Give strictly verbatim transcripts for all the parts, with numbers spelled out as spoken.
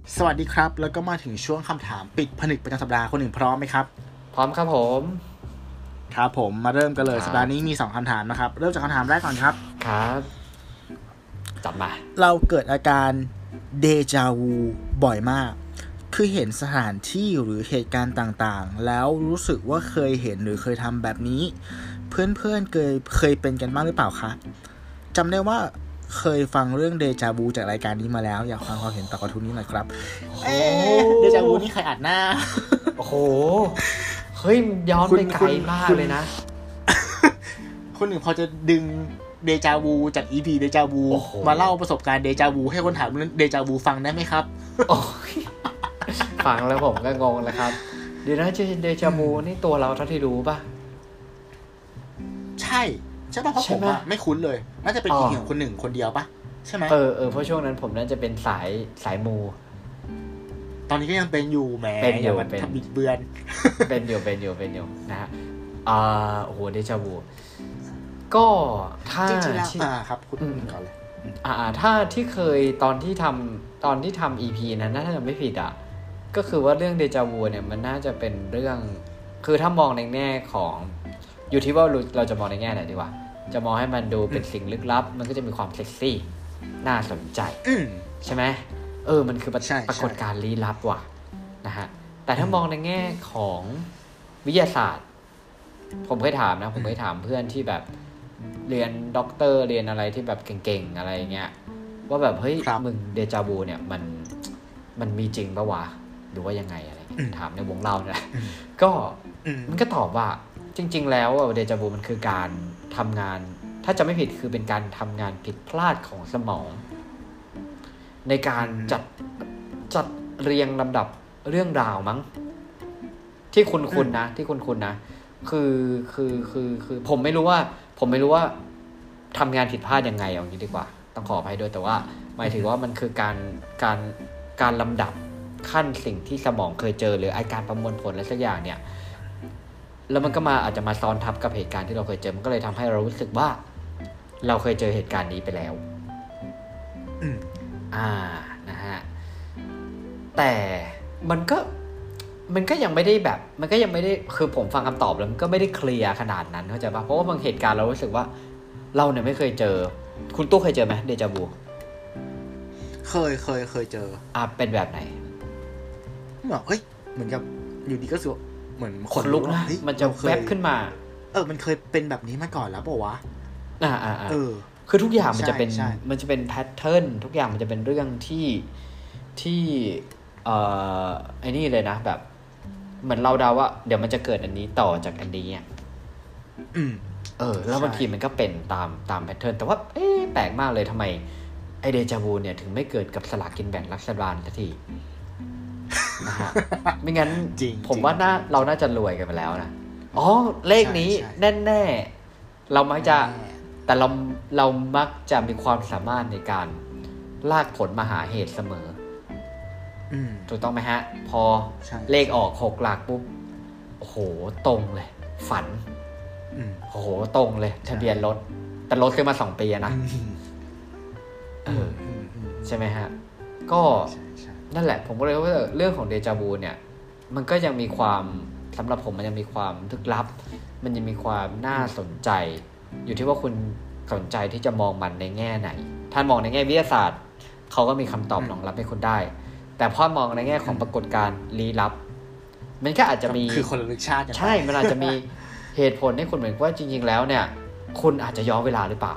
สวัสดีครับแล้วก็มาถึงช่วงคำถามปิดผนึกประจำสัปดาห์คนหนึ่งพร้อมไหมครับพร้อมครับผมครับผมมาเริ่มกันเลยครัสัปดาห์นี้มีสองคำถามนะครับเริ่มจากคำถามแรกก่อนครับครับจัดมาเราเกิดอาการเดจาวูบ่อยมากคือเห็นสถานที่หรือเหตุการณ์ต่างๆแล้วรู้สึกว่าเคยเห็นหรือเคยทำแบบนี้เพื่อนๆเคยเคยเป็นกันบ้างหรือเปล่าคะจำได้ว่าเคยฟังเรื่องเดจาวูจากรายการนี้มาแล้วอยากฟังความเห็นต่อกระทู้นี้หน่อยครับเอ๊ะเดจาวูนี่ใครอัดหน้าโอ้โหเฮ้ยย้อนไปไกลมากเลยนะคนหนึ่งพอจะดึงเดจาวูจาก อี พี เดจาวูมาเล่าประสบการณ์เดจาวูให้คนถามเรื่องเดจาวูฟังได้ไหมครับโอ้ยฟังแล้วผมก็งงแล้วครับเดี๋ยวนะเดจาวูนี่ตัวเราเท่าที่รู้ป่ะใช่ใช่ป่ะเพราะผมอะไม่คุ้นเลยน่าจะเป็นอีกของคนหนึ่งคนเดียวป่ะใช่ไหมเออเออเพราะช่วงนั้นผมน่าจะเป็นสายสายมูตอนนี้ก็ยังเป็นอยู่แหมเป็นอยู่เป็นทำบิดเบือนเป็นอยู่เป็นอยู่เป็นอยู่นะฮะอ่าโอ้โหเดจาวูก็ถ้าจริงๆแล้วอ่าครับคุณก่อนเลยอ่าถ้าที่เคยตอนที่ทำตอนที่ทำ อี พี นั้นถ้าจะไม่ผิดอ่ะก็คือว่าเรื่องเดจาวูเนี่ยมันน่าจะเป็นเรื่องคือถ้ามองในแง่ของอยู่ที่ว่าเราจะมองในแง่ไหนดีกว่าจะมองให้มันดูเป็นสิ่งลึกลับมันก็จะมีความเซ็กซี่น่าสนใจใช่ไหมเออมันคือปรากฏการณ์ลี้ลับว่ะนะฮะแต่ถ้ามองในแง่ของวิทยาศาสตร์ผมเคยถามนะผมเคยถามเพื่อนที่แบบเรียนด็อกเตอร์เรียนอะไรที่แบบเก่งๆอะไรเงี้ยว่าแบบเฮ้ยมึงเดจาวูเนี่ยมันมันมีจริงปะวะหรือว่ายังไงอะไรถามในวงเล่าเนี่ยก็มันก็ตอบว่าจริงๆแล้วเดจาวูมันคือการทำงานถ้าจะไม่ผิดคือเป็นการทำงานผิดพลาดของสมองในการจัดจัดเรียงลำดับเรื่องราวมั้งที่คุณคุณนะที่คุณคุณนะคือคือคือคือผมไม่รู้ว่าผมไม่รู้ว่าทำงานผิดพลาดยังไงเอางี้ดีกว่าต้องขออภัยด้วยแต่ว่าหมายถึงว่ามันคือการการการลำดับขั้นสิ่งที่สมองเคยเจอหรือไอการประมวลผลอะไรสักอย่างเนี่ยแล้วมันก็มาอาจจะมาซ้อนทับกับเหตุการณ์ที่เราเคยเจอมันก็เลยทำให้เรารู้สึกว่าเราเคยเจอเหตุการณ์นี้ไปแล้วอ่านะฮะแต่มันก็มันก็ยังไม่ได้แบบมันก็ยังไม่ได้คือผมฟังคำตอบแล้วมันก็ไม่ได้เคลียร์ขนาดนั้นเข้าใจป่ะเพราะว่าบางเหตุการณ์เรารู้สึกว่าเราเนี่ยไม่เคยเจอคุณตู้เคยเจอไหมเดจาวูเคยเคยเคยเจออ่ะเป็นแบบไหนเหมือนเฮ้ยเหมือนกับอยู่ดีก็รู้เหมือนขนลุกนะมันจะแวบขึ้นมาเออมันเคยเป็นแบบนี้มาก่อนแล้วป่าววะอ่าอ่าเออคือทุกอย่างมันจะเป็นมันจะเป็นแพทเทิร์นทุกอย่างมันจะเป็นเรื่องที่ที่เอ่อไอ้นี่เลยนะแบบเหมือนเราเดาว่าเดี๋ยวมันจะเกิดอันนี้ต่อจากอันนี้อ่ะอืมเออแล้วบางทีมันก็เป็นตามตามแพทเทิร์นแต่ว่าเอ๊ะแปลกมากเลยทำไมไอเดจาวูเนี่ยถึงไม่เกิดกับสลากกินแบ่งรัฐบาลสักทีนะฮะไม่งั้นผมว่าน่าเราน่าจะรวยกันไปแล้วนะอ๋อเลขนี้แน่ๆเรามักจะแต่เราเรามักจะมีความสามารถในการลากผลมาหาเหตุเสมอถูกต้องไหมฮะพอเลขออกหกหลักปุ๊บโอ้โหตรงเลยฝันโอ้โหตรงเลยทะเบียนรถแต่รถซื้อมาสองปีนะเออใช่ไหมฮะก็นั่นแหละผมก็เลยว่าเรื่องของเดจาวูเนี่ยมันก็ยังมีความสำหรับผมมันยังมีความลึกลับมันยังมีความน่าสนใจอยู่ที่ว่าคุณสนใจที่จะมองมันในแง่ไหนถ้ามองในแง่วิทยาศาสตร์เขาก็มีคำตอบรองรับให้คุณได้แต่พอมองในแง่ของปรากฏการณ์ลี้ลับมันก็อาจจะมีคือคนละลึกชาติใช่มันอาจจะมีเหตุผลให้คุณเหมือนว่าจริงๆแล้วเนี่ยคุณอาจจะย้อนเวลาหรือเปล่า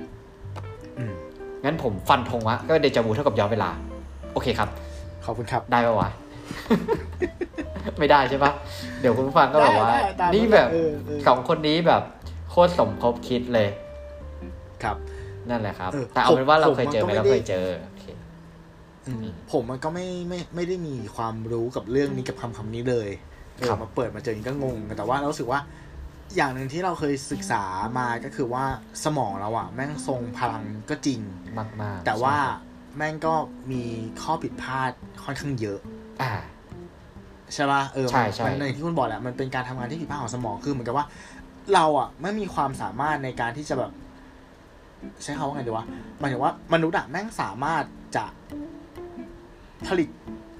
งั้นผมฟันธงว่าก็เดจาวูเท่ากับย้อนเวลาโอเคครับขอบคุณครับได้ป่าววะ ไม่ได้ใช่ปะเดี๋ยวคุณผู้ฟังก็แบบว่านี่แบบสองคนนี้แบบโคตรสมคบคิดเลยครับนั่นแหละครับแต่เอาเป็นว่าเราเคยเจอไหมเราเคยเจอผมมันก็ไม่ไม่ไม่ได้มีความรู้กับเรื่องนี้กับคำคำนี้เลยเออมาเปิดมาเจอก็งงแต่ว่าเรารู้สึกว่าอย่างหนึ่งที่เราเคยศึกษามาก็คือว่าสมองเราอะแม่งทรงพลังก็จริงมากๆแต่ว่าแม่งก็มีข้อผิดพลาดค่อนข้างเยอะอ่าใช่ป่ะเออใช่ใช่ในที่คุณบอกแหละมันเป็นการทำงานที่ผิดพลาดของสมองคือเหมือนกับว่าเราอะไม่มีความสามารถในการที่จะแบบใช้คำว่าไงดีวะหมายถึงว่ามนุษย์อะแม่งสามารถจะผลิต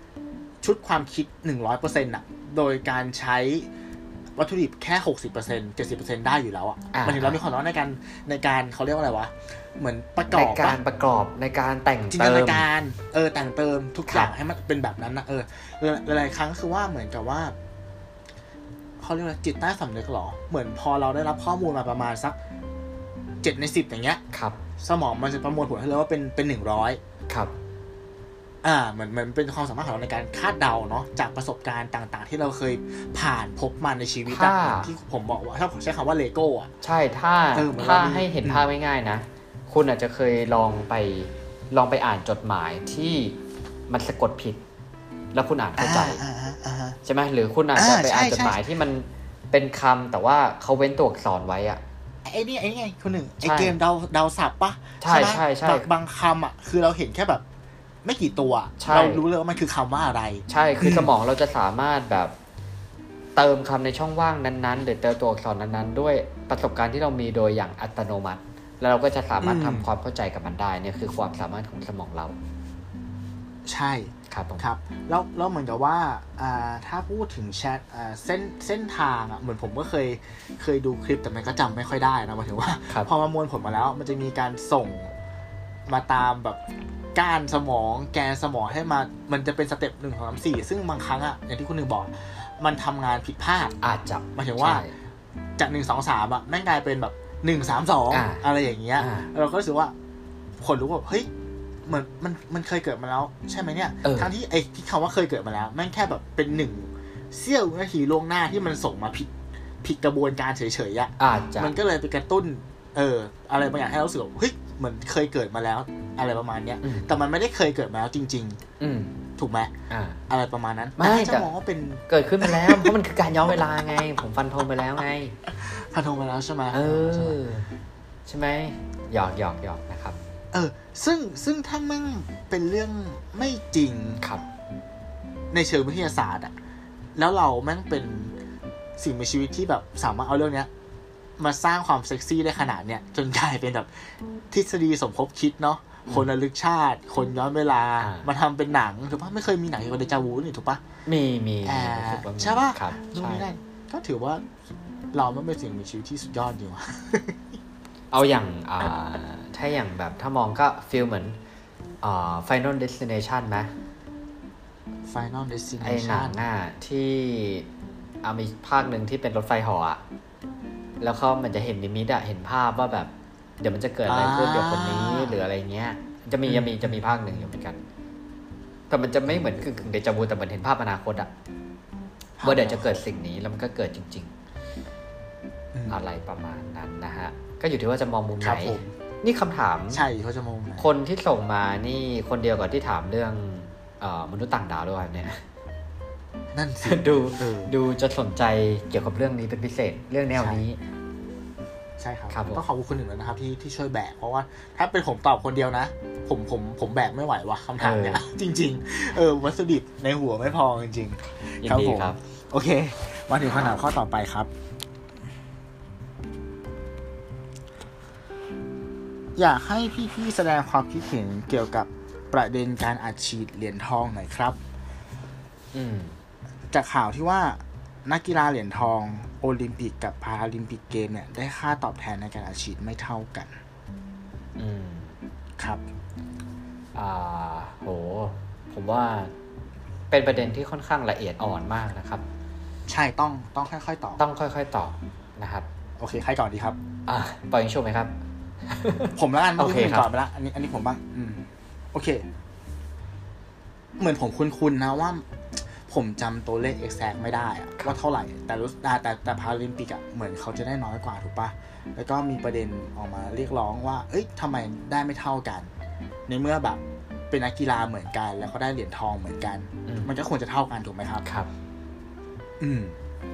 ชุดความคิด หนึ่งร้อยเปอร์เซ็นต์ น่ะโดยการใช้วัตถุดิบแค่ หกสิบเปอร์เซ็นต์ เจ็ดสิบเปอร์เซ็นต์ ได้อยู่แล้วอ่ะมันถึงเรามีความร้อนในการในการเขาเรียกว่าอะไรวะเหมือนประกอบในการประกอบในการแต่งเติมจินตนาการเออแต่งเติมทุกอย่างให้มันเป็นแบบนั้นนะเออหลายๆครั้งคือว่าเหมือนกับว่าเขาเรียกว่าจิตใต้สำนึกหรอเหมือนพอเราได้รับข้อมูลมาประมาณสักเจ็ดในสิบอย่างเงี้ยครับสมองมันจะประมวลผลให้เลยว่าเป็นเป็นหนึ่งร้อยครับอ่าเหมือนเหมือนเป็นความสามารถของเราในการคาดเดาเนาะจากประสบการณ์ต่างๆที่เราเคยผ่านพบมาในชีวิตที่ผมบอกว่าถ้าผมใช้คำว่าเลโก้อะใช่ถ้าถ้าให้เห็นภาพง่ายๆนะคุณอาจจะเคยลองไปลองไปอ่านจดหมายที่มันสะกดผิดแล้วคุณอ่านเข้าใจใช่ไหมหรือคุณอาจจะไปอ่านจดหมายที่มันเป็นคำแต่ว่าเขาเว้นตัวอักษรไว้อะไอ้นี่ไอ้นี่ไงคนหนึ่งไอ้เกมเดาเดาศัพท์ปะใช่ใช่ใช่บางคำอ่ะคือเราเห็นแค่แบบไม่กี่ตัวเรารู้เลยว่ามันคือคำว่าอะไรใช่คือสมองเราจะสามารถแบบเติมคำในช่องว่างนั้นๆหรือเติมตัวอักษรนั้นๆด้วยประสบการณ์ที่เรามีโดยอย่างอัตโนมัติแล้วเราก็จะสามารถทำความเข้าใจกับมันได้เนี่ยคือความสามารถของสมองเราใช่ครับครับแล้วแล้วเหมือนกับว่าอ่าถ้าพูดถึงแชทอ่าเส้นเส้นทางอ่ะเหมือนผมก็เคยเคยดูคลิปแต่มันก็จำไม่ค่อยได้นะหมายถึงว่าพอประมวลผลมาแล้วมันจะมีการส่งมาตามแบบก้านสมองแกนสมองให้มามันจะเป็นสเต็ปหนึ่งสองสามสี่ซึ่งบางครั้งอ่ะอย่างที่คุณหนึ่งบอกมันทำงานผิดพลาดอาจจะหมายถึงว่าจากหนึ่งสองสามอ่ะแม่งกลายเป็นแบบหนึ่งสามสองอะไรอย่างเงี้ยเราก็รู้สึกว่าคนรู้ว่าเฮ้ยเหมือนมันมันเคยเกิดมาแล้วใช่ไหมเนี่ยทั้งที่ไอ้ที่คำว่าเคยเกิดมาแล้วแม่งแค่แบบเป็นหนึ่งเสี้ยวนาทีล่วงหน้าที่มันส่งมาผิดผิดกระบวนการเฉยๆอ่ะมันก็เลยไปกระตุ้นเอออะไรบางอย่างให้เรารู้สึกว่าเฮ้ยเหมือนเคยเกิดมาแล้วอะไรประมาณเนี้ยแต่มันไม่ได้เคยเกิดมาแล้วจริงๆถูกไหมอะไรประมาณนั้นไม่จะมองว่าเป็นเกิดขึ้นมาแล้วเพราะมันคือการย้อนเวลาไงผมฟันธงไปแล้วไงฟันธงไปแล้วใช่ไหมเออใช่ไหมหยอกหยอกหยอกนะครับเออซึ่งซึ่งถ้ามันเป็นเรื่องไม่จริงครับในเชิงวิทยาศาสตร์อะแล้วเราแม่งเป็นสิ่งมีชีวิตที่แบบสามารถเอาเรื่องเนี้ยมาสร้างความเซ็กซี่ได้ขนาดเนี้ยจนกลายเป็นแบบทฤษฎีสมคบคิดเนาะคนระลึกชาติคนย้อนเวลามาทำเป็นหนังถูกปะไม่เคยมีหนังเกี่ยวกับเดจาวูนี่ถูกปะมีมีใช่ปะดูนี่ได้ก็ถือว่าเราไม่เป็นสิ่งมีชีวิตที่สุดยอดจริงวะเอาอย่างอ่าถ้าอย่างแบบถ้ามองก็ฟีลเหมือนอ่า Final Destination ไหม Final Destination ไอ้หนังอ่ะที่อ่ามีภาคหนึ่งที่เป็นรถไฟเหาะอ่ะแล้วเขามันจะเห็นนิมิตอ่ะเห็นภาพว่าแบบเดี๋ยวมันจะเกิดอะไรขึ้นเดี๋ยวคนนี้หรืออะไรเงี้ยจะมีจะมีจะมีภาคหนึ่งอยู่เหมือนกันแต่มันจะไม่เหมือนกึ่งๆเดจาวูแต่เหมือนเห็นภาพอนาคตอ่ะว่าเดี๋ยวจะเกิดสิ่งนี้แล้วมันก็เกิดจริงๆอะไรประมาณนั้นนะฮะก็อยู่ที่ว่าจะมองมุมไหนนี่คำถามใช่เขาจะมองคนที่ส่งมานี่คนเดียวกับที่ถามเรื่องเอ่อมนุษย์ต่างดาวด้วยเนี่ยนั่นสิดูดูจะสนใจเกี่ยวกับเรื่องนี้เป็นพิเศษเรื่องแนวนี้ใช่ครับต้องขอบคุณคนหนึ่งเลยนะครับที่ที่ช่วยแบกเพราะว่าถ้าเป็นผมตอบคนเดียวนะผมผมผมแบกไม่ไหวว่ะคำถามเนี้ยจริงๆเออวัตถุดิบในหัวไม่พอจริงๆครับผมโอเคมาถึงคำถามข้อต่อไปครับอยากให้พี่ๆแสดงความคิดเห็นเกี่ยวกับประเด็นการอัดฉีดเหรียญทองหน่อยครับอืมจากข่าวที่ว่านักกีฬาเหรียญทองโอลิมปิกกับพาราลิมปิกเกมเนี่ยได้ค่าตอบแทนในการอัดฉีดไม่เท่ากันอืมครับอ่าโหผมว่าเป็นประเด็นที่ค่อนข้างละเอียดอ่อนมากนะครับใช่ต้องต้องค่อยๆตอบต้องค่อยๆตอบนะครับโอเคใครก่อนดีครับอ่าปล่อยยิงชุบไหมครับผมแล้วกันโอเคครับก่อนไปละอันนี้อันนี้ผมบ้างอืมโอเคเหมือนผมคุ้นๆนะว่าผมจำตัวเลข exact ไม่ได้อะว่าเท่าไหร่แต่รู้แต่แต่พาราลิมปิกอะเหมือนเขาจะได้น้อยกว่าถูกปะแล้วก็มีประเด็นออกมาเรียกร้องว่าเอ้ยทำไมได้ไม่เท่ากันในเมื่อแบบเป็นนักกีฬาเหมือนกันแล้วก็ได้เหรียญทองเหมือนกันมันก็ควรจะเท่ากันถูกไหมครับครับอืม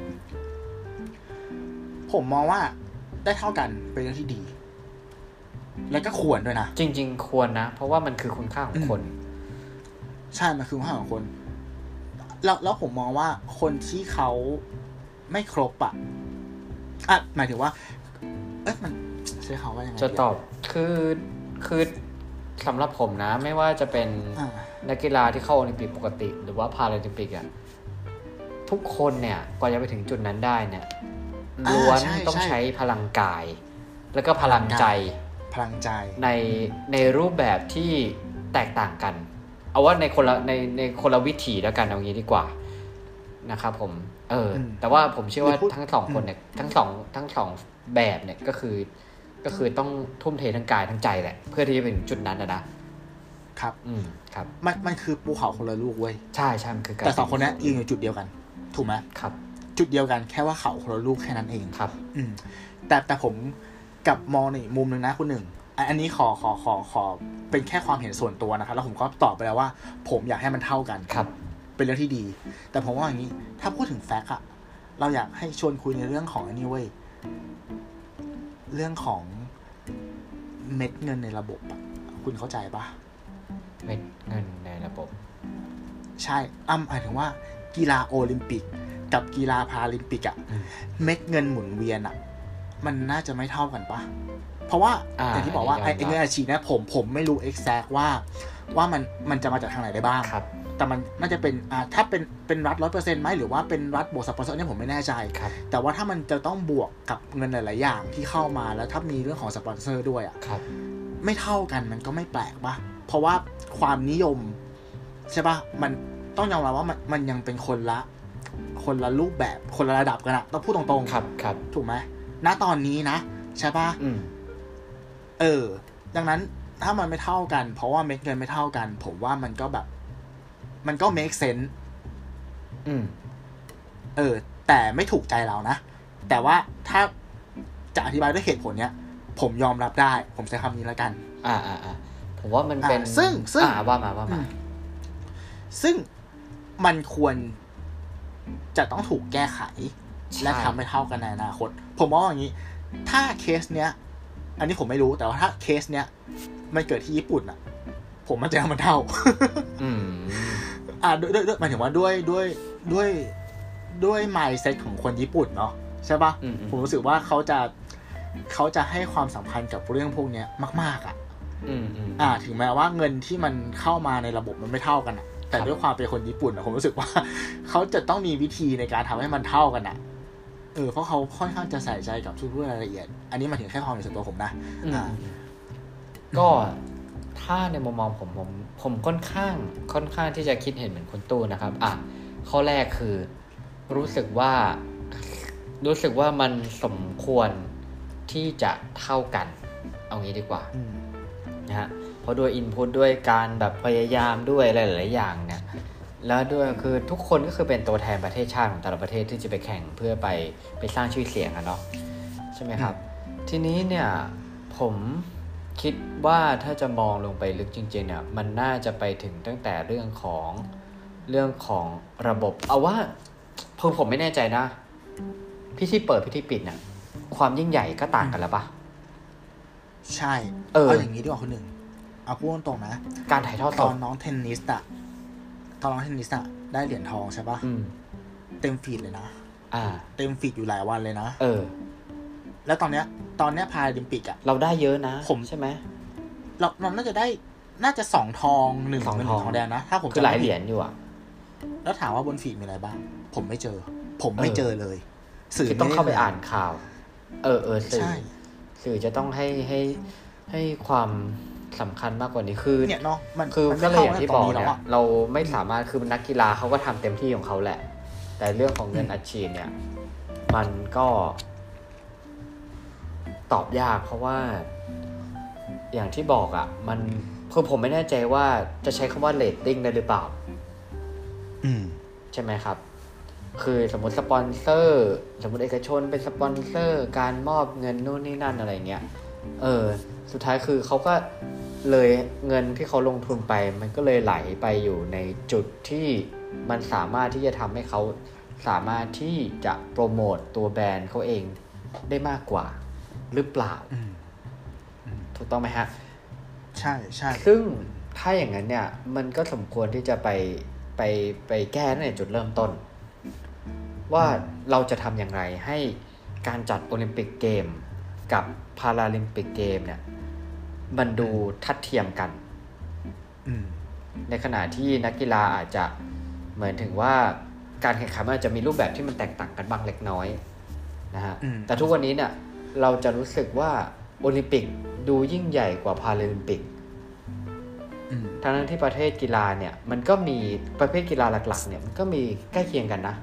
ผมมองว่าได้เท่ากันเป็นเรื่องที่ดีแล้วก็ควรด้วยนะจริงๆควรนะเพราะว่ามันคือคุณค่าของคนใช่มันคือคุณค่าของคนแล้วแล้วผมมองว่าคนที่เขาไม่ครบอ่ะอ่ะหมายถึงว่าเอ๊ะมันใช้คำว่ายังไงจะตอบคือคือสำหรับผมนะไม่ว่าจะเป็นอ่านักกีฬาที่เข้าโอลิมปิกปกติหรือว่าพาราลิมปิกอ่ะทุกคนเนี่ยกว่าจะไปถึงจุดนั้นได้เนี่ยล้วนต้องใช้พลังกาย แล้วก็พลังใจพลังใจในในรูปแบบที่แตกต่างกันเอาว่าในคนละในในคนละวิถีแล้วกันเอางี้ดีกว่านะครับผมเออแต่ว่าผมเชื่อว่าทั้งสองคนเนี่ยทั้งสองทั้งสองแบบเนี่ยก็คือก็คือต้องทุ่มเททั้งกายทั้งใจแหละเพื่อที่จะไปถึงจุดนั้นนะนะครับอืมครับมันมันคือภูเขาคนละลูกเว้ยใช่ใช่มันคือการแต่สองคนนี้ยืนอยู่จุดเดียวกันถูกไหมครับจุดเดียวกันแค่ว่าเขาคนละลูกแค่นั้นเองครับอืมแต่แต่ผมกับมองในมุมนึงนะคุณหนึ่งอันนี้ขอขอขอขอเป็นแค่ความเห็นส่วนตัวนะครับแล้วผมก็ตอบไปแล้วว่าผมอยากให้มันเท่ากันครับเป็นเรื่องที่ดีแต่ผมว่าอย่างนี้ถ้าพูดถึงแฟกต์อะเราอยากให้ชวนคุยในเรื่องของอันนี้เว้ยเรื่องของเม็ดเงินในระบบอะคุณเข้าใจปะเม็ดเงินในระบบใช่อ้ำหมายถึงว่ากีฬาโอลิมปิกกับกีฬาพาราลิมปิกอะเม็ดเงินหมุนเวียนอะมันน่าจะไม่เท่ากันปะเพราะว่าอย่างที่บอกว่าไอ้เงินอาชีพเนี่ยผมผมไม่รู้ exact ว่าว่ามันมันจะมาจากทางไหนได้บ้างแต่มันน่าจะเป็นอ่าถ้าเป็นเป็นรัฐ ร้อยเปอร์เซ็นต์ มั้ยหรือว่าเป็นรัฐบวกสปอนเซอร์เนี่ยผมไม่แน่ใจแต่ว่าถ้ามันจะต้องบวกกับเงินหลายๆอย่างที่เข้ามาแล้วถ้ามีเรื่องของสปอนเซอร์ด้วยอ่ะไม่เท่ากันมันก็ไม่แปลกป่ะเพราะว่าความนิยมใช่ป่ะมันต้องยอมรับว่ามันมันยังเป็นคนละคนละรูปแบบคนละระดับกันอะต้องพูดตรงๆครับครับถูกมั้ยณตอนนี้นะใช่ป่ะอืมเออดังนั้นถ้ามันไม่เท่ากันเพราะว่าเม็ดเงินไม่เท่ากันผมว่ามันก็แบบมันก็ make sense อืมเออแต่ไม่ถูกใจเรานะแต่ว่าถ้าจะอธิบายด้วยเหตุผลเนี้ยผมยอมรับได้ผมใช้คำนี้แล้วกันอ่าอ่าอ่าผมว่ามันเป็นซึ่งซึ่งอ่าว่ามาว่ามาซึ่งมันควรจะต้องถูกแก้ไขและทำให้เท่ากันในอนาคตผมมองอย่างนี้ถ้าเคสเนี้ยอันนี้ผมไม่รู้แต่ว่าถ้าเคสเนี้ยมันเกิดที่ญี่ปุ่นอ่ะผมมันจะทำมันเท่าอืมอ่าด้วยด้วยหมายถึงว่าด้วยด้วยด้วยด้วย mindset ของคนญี่ปุ่นเนาะใช่ป่ะผมรู้สึกว่าเขาจะเขาจะให้ความสำคัญกับเรื่องพวกเนี้ยมากๆอ่ะอืมอ่าถึงแม้ว่าเงินที่มันเข้ามาในระบบมันไม่เท่ากันอ่ะแต่ด้วยความเป็นคนญี่ปุ่นผมรู้สึกว่าเขาจะต้องมีวิธีในการทำให้มันเท่ากันอ่ะเออเพราะเขาค่อนข้างจะใส่ใจกับทุกๆรายละเอียดอันนี้มาถึงแค่ความเป็นส่วนตัวผมนะอ่าก็ถ้าในมุมมองผมผมผมค่อนข้างค่อนข้างที่จะคิดเห็นเหมือนคุณตู้นะครับอ่ะข้อแรกคือรู้สึกว่ารู้สึกว่ามันสมควรที่จะเท่ากันเอางี้ดีกว่านะฮะเพราะด้วยอินพุตด้วยการแบบพยายามด้วยหลายๆอย่างเนี่ยแล้วด้วยคือทุกคนก็คือเป็นตัวแทนประเทศชาติของแต่ละประเทศที่จะไปแข่งเพื่อไปไปสร้างชื่อเสียงอะเนาะใช่ไหมครับทีนี้เนี่ยผมคิดว่าถ้าจะมองลงไปลึกจริงๆเนี่ยมันน่าจะไปถึงตั้งแต่เรื่องของเรื่องของระบบเอาว่าผมผมไม่แน่ใจนะพิธีเปิดพิธีปิดน่ะความยิ่งใหญ่ก็ต่างกันแล้วปะใช่เออเอาอย่างนี้ดีกว่าคนหนึ่งเอาพูดตรงๆนะการถ่ายทอดสดตอนน้องเทนนิสอะตอนน้องเทนนิสอะได้เหรียญทองใช่ปะเต็มฟีดเลยนะอ่าเต็มฟีดอยู่หลายวันเลยนะเออแล้วตอนเนี้ยตอนเนี้ยพาราลิมปิกอะเราได้เยอะนะผมใช่ไหมเราเราน่าจะได้น่าจะสองทองหนึ่งเป็นหนึ่งทองแดงนะถ้าผมคือหลายเหรียญอยู่อะแล้วถามว่าบนฟีดมีอะไรบ้างผมไม่เจอผมไม่เจอเลยสื่อต้องเข้าไปอ่านข่าวเออเออสื่อสื่อจะต้องให้ให้ให้ความสำคัญมากกว่านี้คือเนี่ยเนาะมันคือก็เลยอย่างที่บอกเนี่ยเราไม่สามารถคือนักกีฬาเขาก็ทำเต็มที่ของเขาแหละแต่เรื่องของเงินอัดฉีดเนี่ยมันก็ตอบยากเพราะว่าอย่างที่บอกอ่ะมันคือผมไม่แน่ใจว่าจะใช้คำว่าเรตติ้งได้หรือเปล่าอืมใช่ไหมครับคือสมมติสปอนเซอร์สมมติเอกชนเป็นสปอนเซอร์การมอบเงินนู่นนี่นั่นอะไรเงี้ยเออสุดท้ายคือเขาก็เลยเงินที่เขาลงทุนไปมันก็เลยไหลไปอยู่ในจุดที่มันสามารถที่จะทำให้เขาสามารถที่จะโปรโมตตัวแบรนด์เขาเองได้มากกว่าหรือเปล่าถูกต้องไหมฮะใช่ใช่ซึ่งถ้าอย่างนั้นเนี่ยมันก็สมควรที่จะไปไปไปแก้ในจุดเริ่มต้นว่าเราจะทำอย่างไรให้การจัดโอลิมปิกเกมกับพาราลิมปิกเกมเนี่ยมันดูทัดเทียมกันในขณะที่นักกีฬาอาจจะเหมือนถึงว่าการแข่งขันมันอาจจะมีรูปแบบที่มันแตกต่างกันบ้างเล็กน้อยนะฮะแต่ทุกวันนี้เนี่ยเราจะรู้สึกว่าโอลิมปิกดูยิ่งใหญ่กว่าพาราลิมปิกทั้งนั้นที่ประเภทกีฬาเนี่ยมันก็มีประเภทกีฬาหลักๆเนี่ยมันก็มีใกล้เคียงกันนะ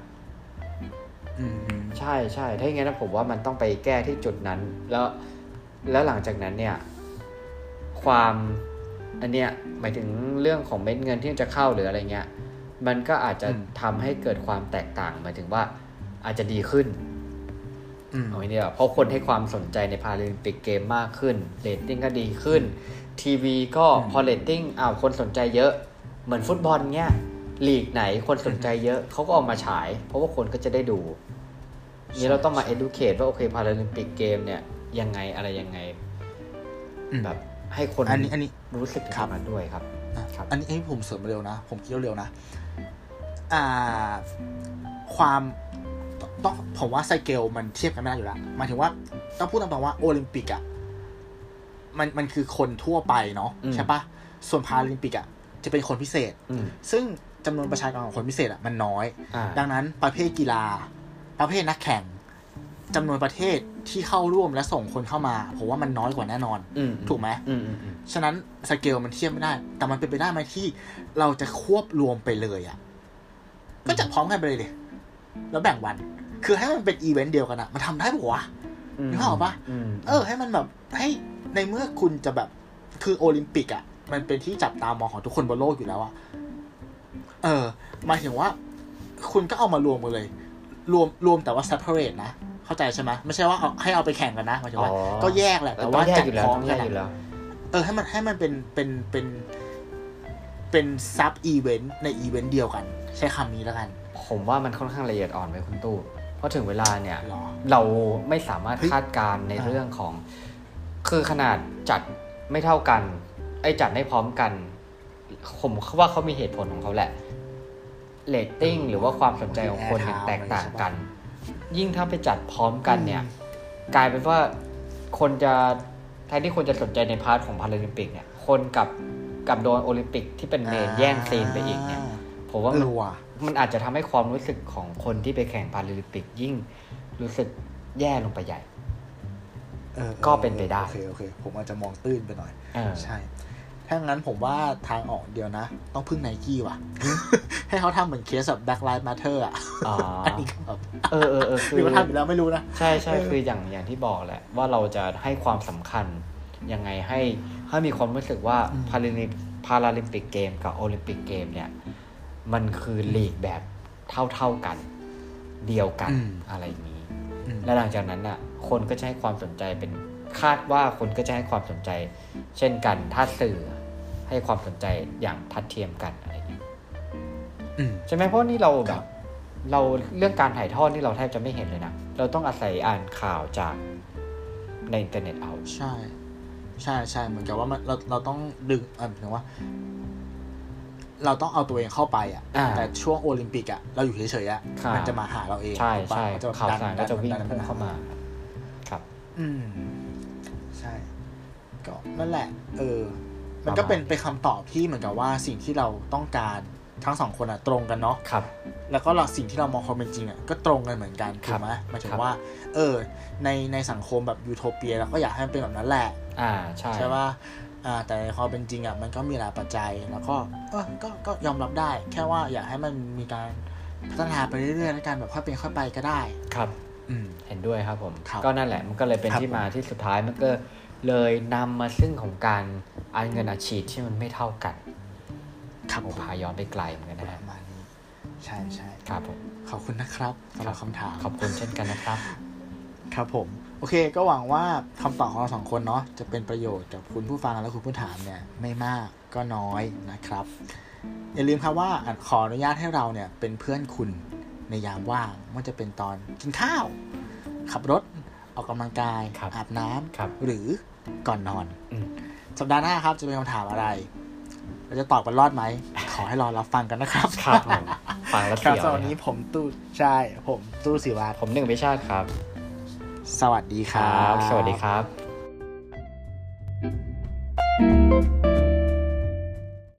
ใช่ใช่ถ้าอย่างงั้นผมว่ามันต้องไปแก้ที่จุดนั้นแล้วแล้วหลังจากนั้นเนี่ยความอันเนี้ยหมายถึงเรื่องของเม็ดเงินที่จะเข้าหรืออะไรเงี้ยมันก็อาจจะทำให้เกิดความแตกต่างหมายถึงว่าอาจจะดีขึ้นเอาไว้เนี่ยเพราะคนให้ความสนใจในพาราลิมปิกเกมมากขึ้นเรตติ้งก็ดีขึ้นทีวีก็พอเรตติ้งอ้าวคนสนใจเยอะเหมือนฟุตบอลเงี้ยลีกไหนคนสนใจเยอะเขาก็ออกมาฉายเพราะว่าคนก็จะได้ดูนี่เราต้องมา educate ว่าโอเคพาราลิมปิกเกมเนี่ยยังไงอะไรยังไงแบบให้คนอันนี้อันนี้รู้สึกถึงมันด้วยครับครับอันนี้ให้ผมเสริมเร็วนะผมคิดเร็วนะอ่าความต้องผมว่าไซเคิลมันเทียบกันไม่ได้อยู่แล้วหมายถึงว่าต้องพูดตรงๆว่าโอลิมปิกอ่ะมันมันคือคนทั่วไปเนาะใช่ปะส่วนพาราลิมปิกอ่ะจะเป็นคนพิเศษซึ่งจำนวนประชากรของคนพิเศษอ่ะมันน้อยดังนั้นประเภทกีฬาประเภทนักแข่งจำนวนประเทศที่เข้าร่วมและส่งคนเข้ามาผมว่ามันน้อยกว่าแน่นอนถูกไหมฉะนั้นสเกลมันเทียบไม่ได้แต่มันเป็นไปได้ไหมที่เราจะควบรวมไปเลยอ่ะก็จัดพร้อมกันไปเลยดิแล้วแบ่งวันคือให้มันเป็นอีเวนต์เดียวกันอะมันทำได้ปะวะนึกออกปะเออให้มันแบบให้ในเมื่อคุณจะแบบคือโอลิมปิกอะมันเป็นที่จับตามองของทุกคนบนโลกอยู่แล้วอะเออหมายถึงว่าคุณก็เอามารวมกันเลยรวมรวมแต่ว่า separate นะเข้าใจใช่ไหมไม่ใช่ว่าเอาให้เอาไปแข่งกันนะหมายถึงว่าก็แยกแหละแต่ว่าจัดพร้อมกันเออให้มันให้มันเป็นเป็นเป็นเป็นซับอีเวนต์ในอีเวนต์เดียวกันใช้คำนี้แล้วกันผมว่ามันค่อนข้างละเอียดอ่อนไปคุณตู้เพราะถึงเวลาเนี่ยเราไม่สามารถคาดการณ์ในเรื่องของคือขนาดจัดไม่เท่ากันไอ้จัดไม่พร้อมกันผมว่าเขามีเหตุผลของเขาแหละเรตติ้งหรือว่าความสนใจของคนเนี่ยแตกต่างกันยิ่งถ้าไปจัดพร้อมกันเนี่ยกลายเป็นว่าคนจะแทนที่คนจะสนใจในพาร์ทของพาราลิมปิกเนี่ยคนกับกับโดนโอลิมปิกที่เป็นเมนแย่งซีนไปอีกเนี่ยผมว่ามันอาจจะทำให้ความรู้สึกของคนที่ไปแข่งพาราลิมปิกยิ่งรู้สึกแย่ลงไปใหญ่ก็เป็นไปได้โอเคโอเคผมอาจจะมองตื้นไปหน่อยใช่ถ้างั้นผมว่าทางออกเดียวนะต้องพึ่ง Nike ว่ะ ให้เขาทำเหมือนเคสแบบ Black Lives Matter อ่ะอันนี้ก็แบบเออเออเออคือเขาทำอยู่แล้วไม่รู้นะใช่ใช่คืออย่างอย่างที่บอกแหละว่าเราจะให้ความสำคัญยังไงให้ให้มีความรู้สึกว่าพาราลิมพาราลิมปิกเกมกับโอลิมปิกเกมเนี่ยมันคือลีกแบบเท่าๆกันเดียวกันอะไรอย่างนี้และหลังจากนั้นน่ะคนก็จะให้ความสนใจเป็นคาดว่าคนก็จะให้ความสนใจเช่นกันถ้าสื่อให้ความสนใจอย่างทัดเทียมกันอะไรอย่างนี้ใช่ไหมเพราะนี่เราแบบเราเรื่องการถ่ายทอดนี่เราแทบจะไม่เห็นเลยนะเราต้องอาศัยอ่านข่าวจากในอินเทอร์เน็ตเอาใช่ใช่ใช่เหมือนกับว่ามันเราเราต้องดึงอ่ะถึงว่าเราต้องเอาตัวเองเข้าไปอ่ะแต่ช่วงโอลิมปิกอ่ะเราอยู่เฉยๆอ่ะมันจะมาหาเราเองใช่ใช่ข่าวสารก็จะวิ่งพุ่งเข้ามาครับอืมใช่ก็นั่นแหละเออมันก็เป็นเป็นคำตอบที่เหมือนกับว่าสิ่งที่เราต้องการทั้งสองคนอ่ะตรงกันเนาะครับแล้วก็เราสิ่งที่เรามองความเป็นจริงอ่ะก็ตรงกันเหมือนกันถูกไหมหมายถึงว่าเออในในสังคมแบบยูโทเปียเราก็อยากให้มันเป็นแบบนั้นแหละอ่าใช่ใช่ป่ะอ่าแต่ในความเป็นจริงอ่ะมันก็มีหลายปัจจัยแล้วก็เออก็ก็ยอมรับได้แค่ว่าอยากให้มันมีการพัฒนาไปเรื่อยๆในการแบบค่อยเป็นค่อยไปก็ได้ครับอืมเห็นด้วยครับผมก็นั่นแหละมันก็เลยเป็นที่มาที่สุดท้ายมันก็เลยนำมาซึ่งของการเอาเงินอาชีพที่มันไม่เท่ากันครับพาย้อนไปไกลเหมือนกันนะฮะประมาณนี้ใช่ใช่ครับผมขอบคุณนะครับสำหรับคำถามขอบคุณเช่นกันนะครับครับผมโอเคก็หวังว่าคำตอบของเราสองคนเนาะจะเป็นประโยชน์กับคุณผู้ฟังและคุณผู้ถามเนี่ยไม่มากก็น้อยนะครับอย่าลืมครับว่าขออนุญาตให้เราเนี่ยเป็นเพื่อนคุณในยามว่างไม่ว่าจะเป็นตอนกินข้าวขับรถออกกำลังกายอาบน้ำหรือก่อนนอนสัปดาห์หน้าครับจะเป็นคำถามอะไรเราจะตอบกันรอดไหมขอให้รอรับฟังกันนะครับครับฟังแล้วเสียวครับวันนี้ผมตู้ใช่ผมตู้ศิวาผมหนึ่งวิชาติครับสวัสดีครับสวัสดีครับ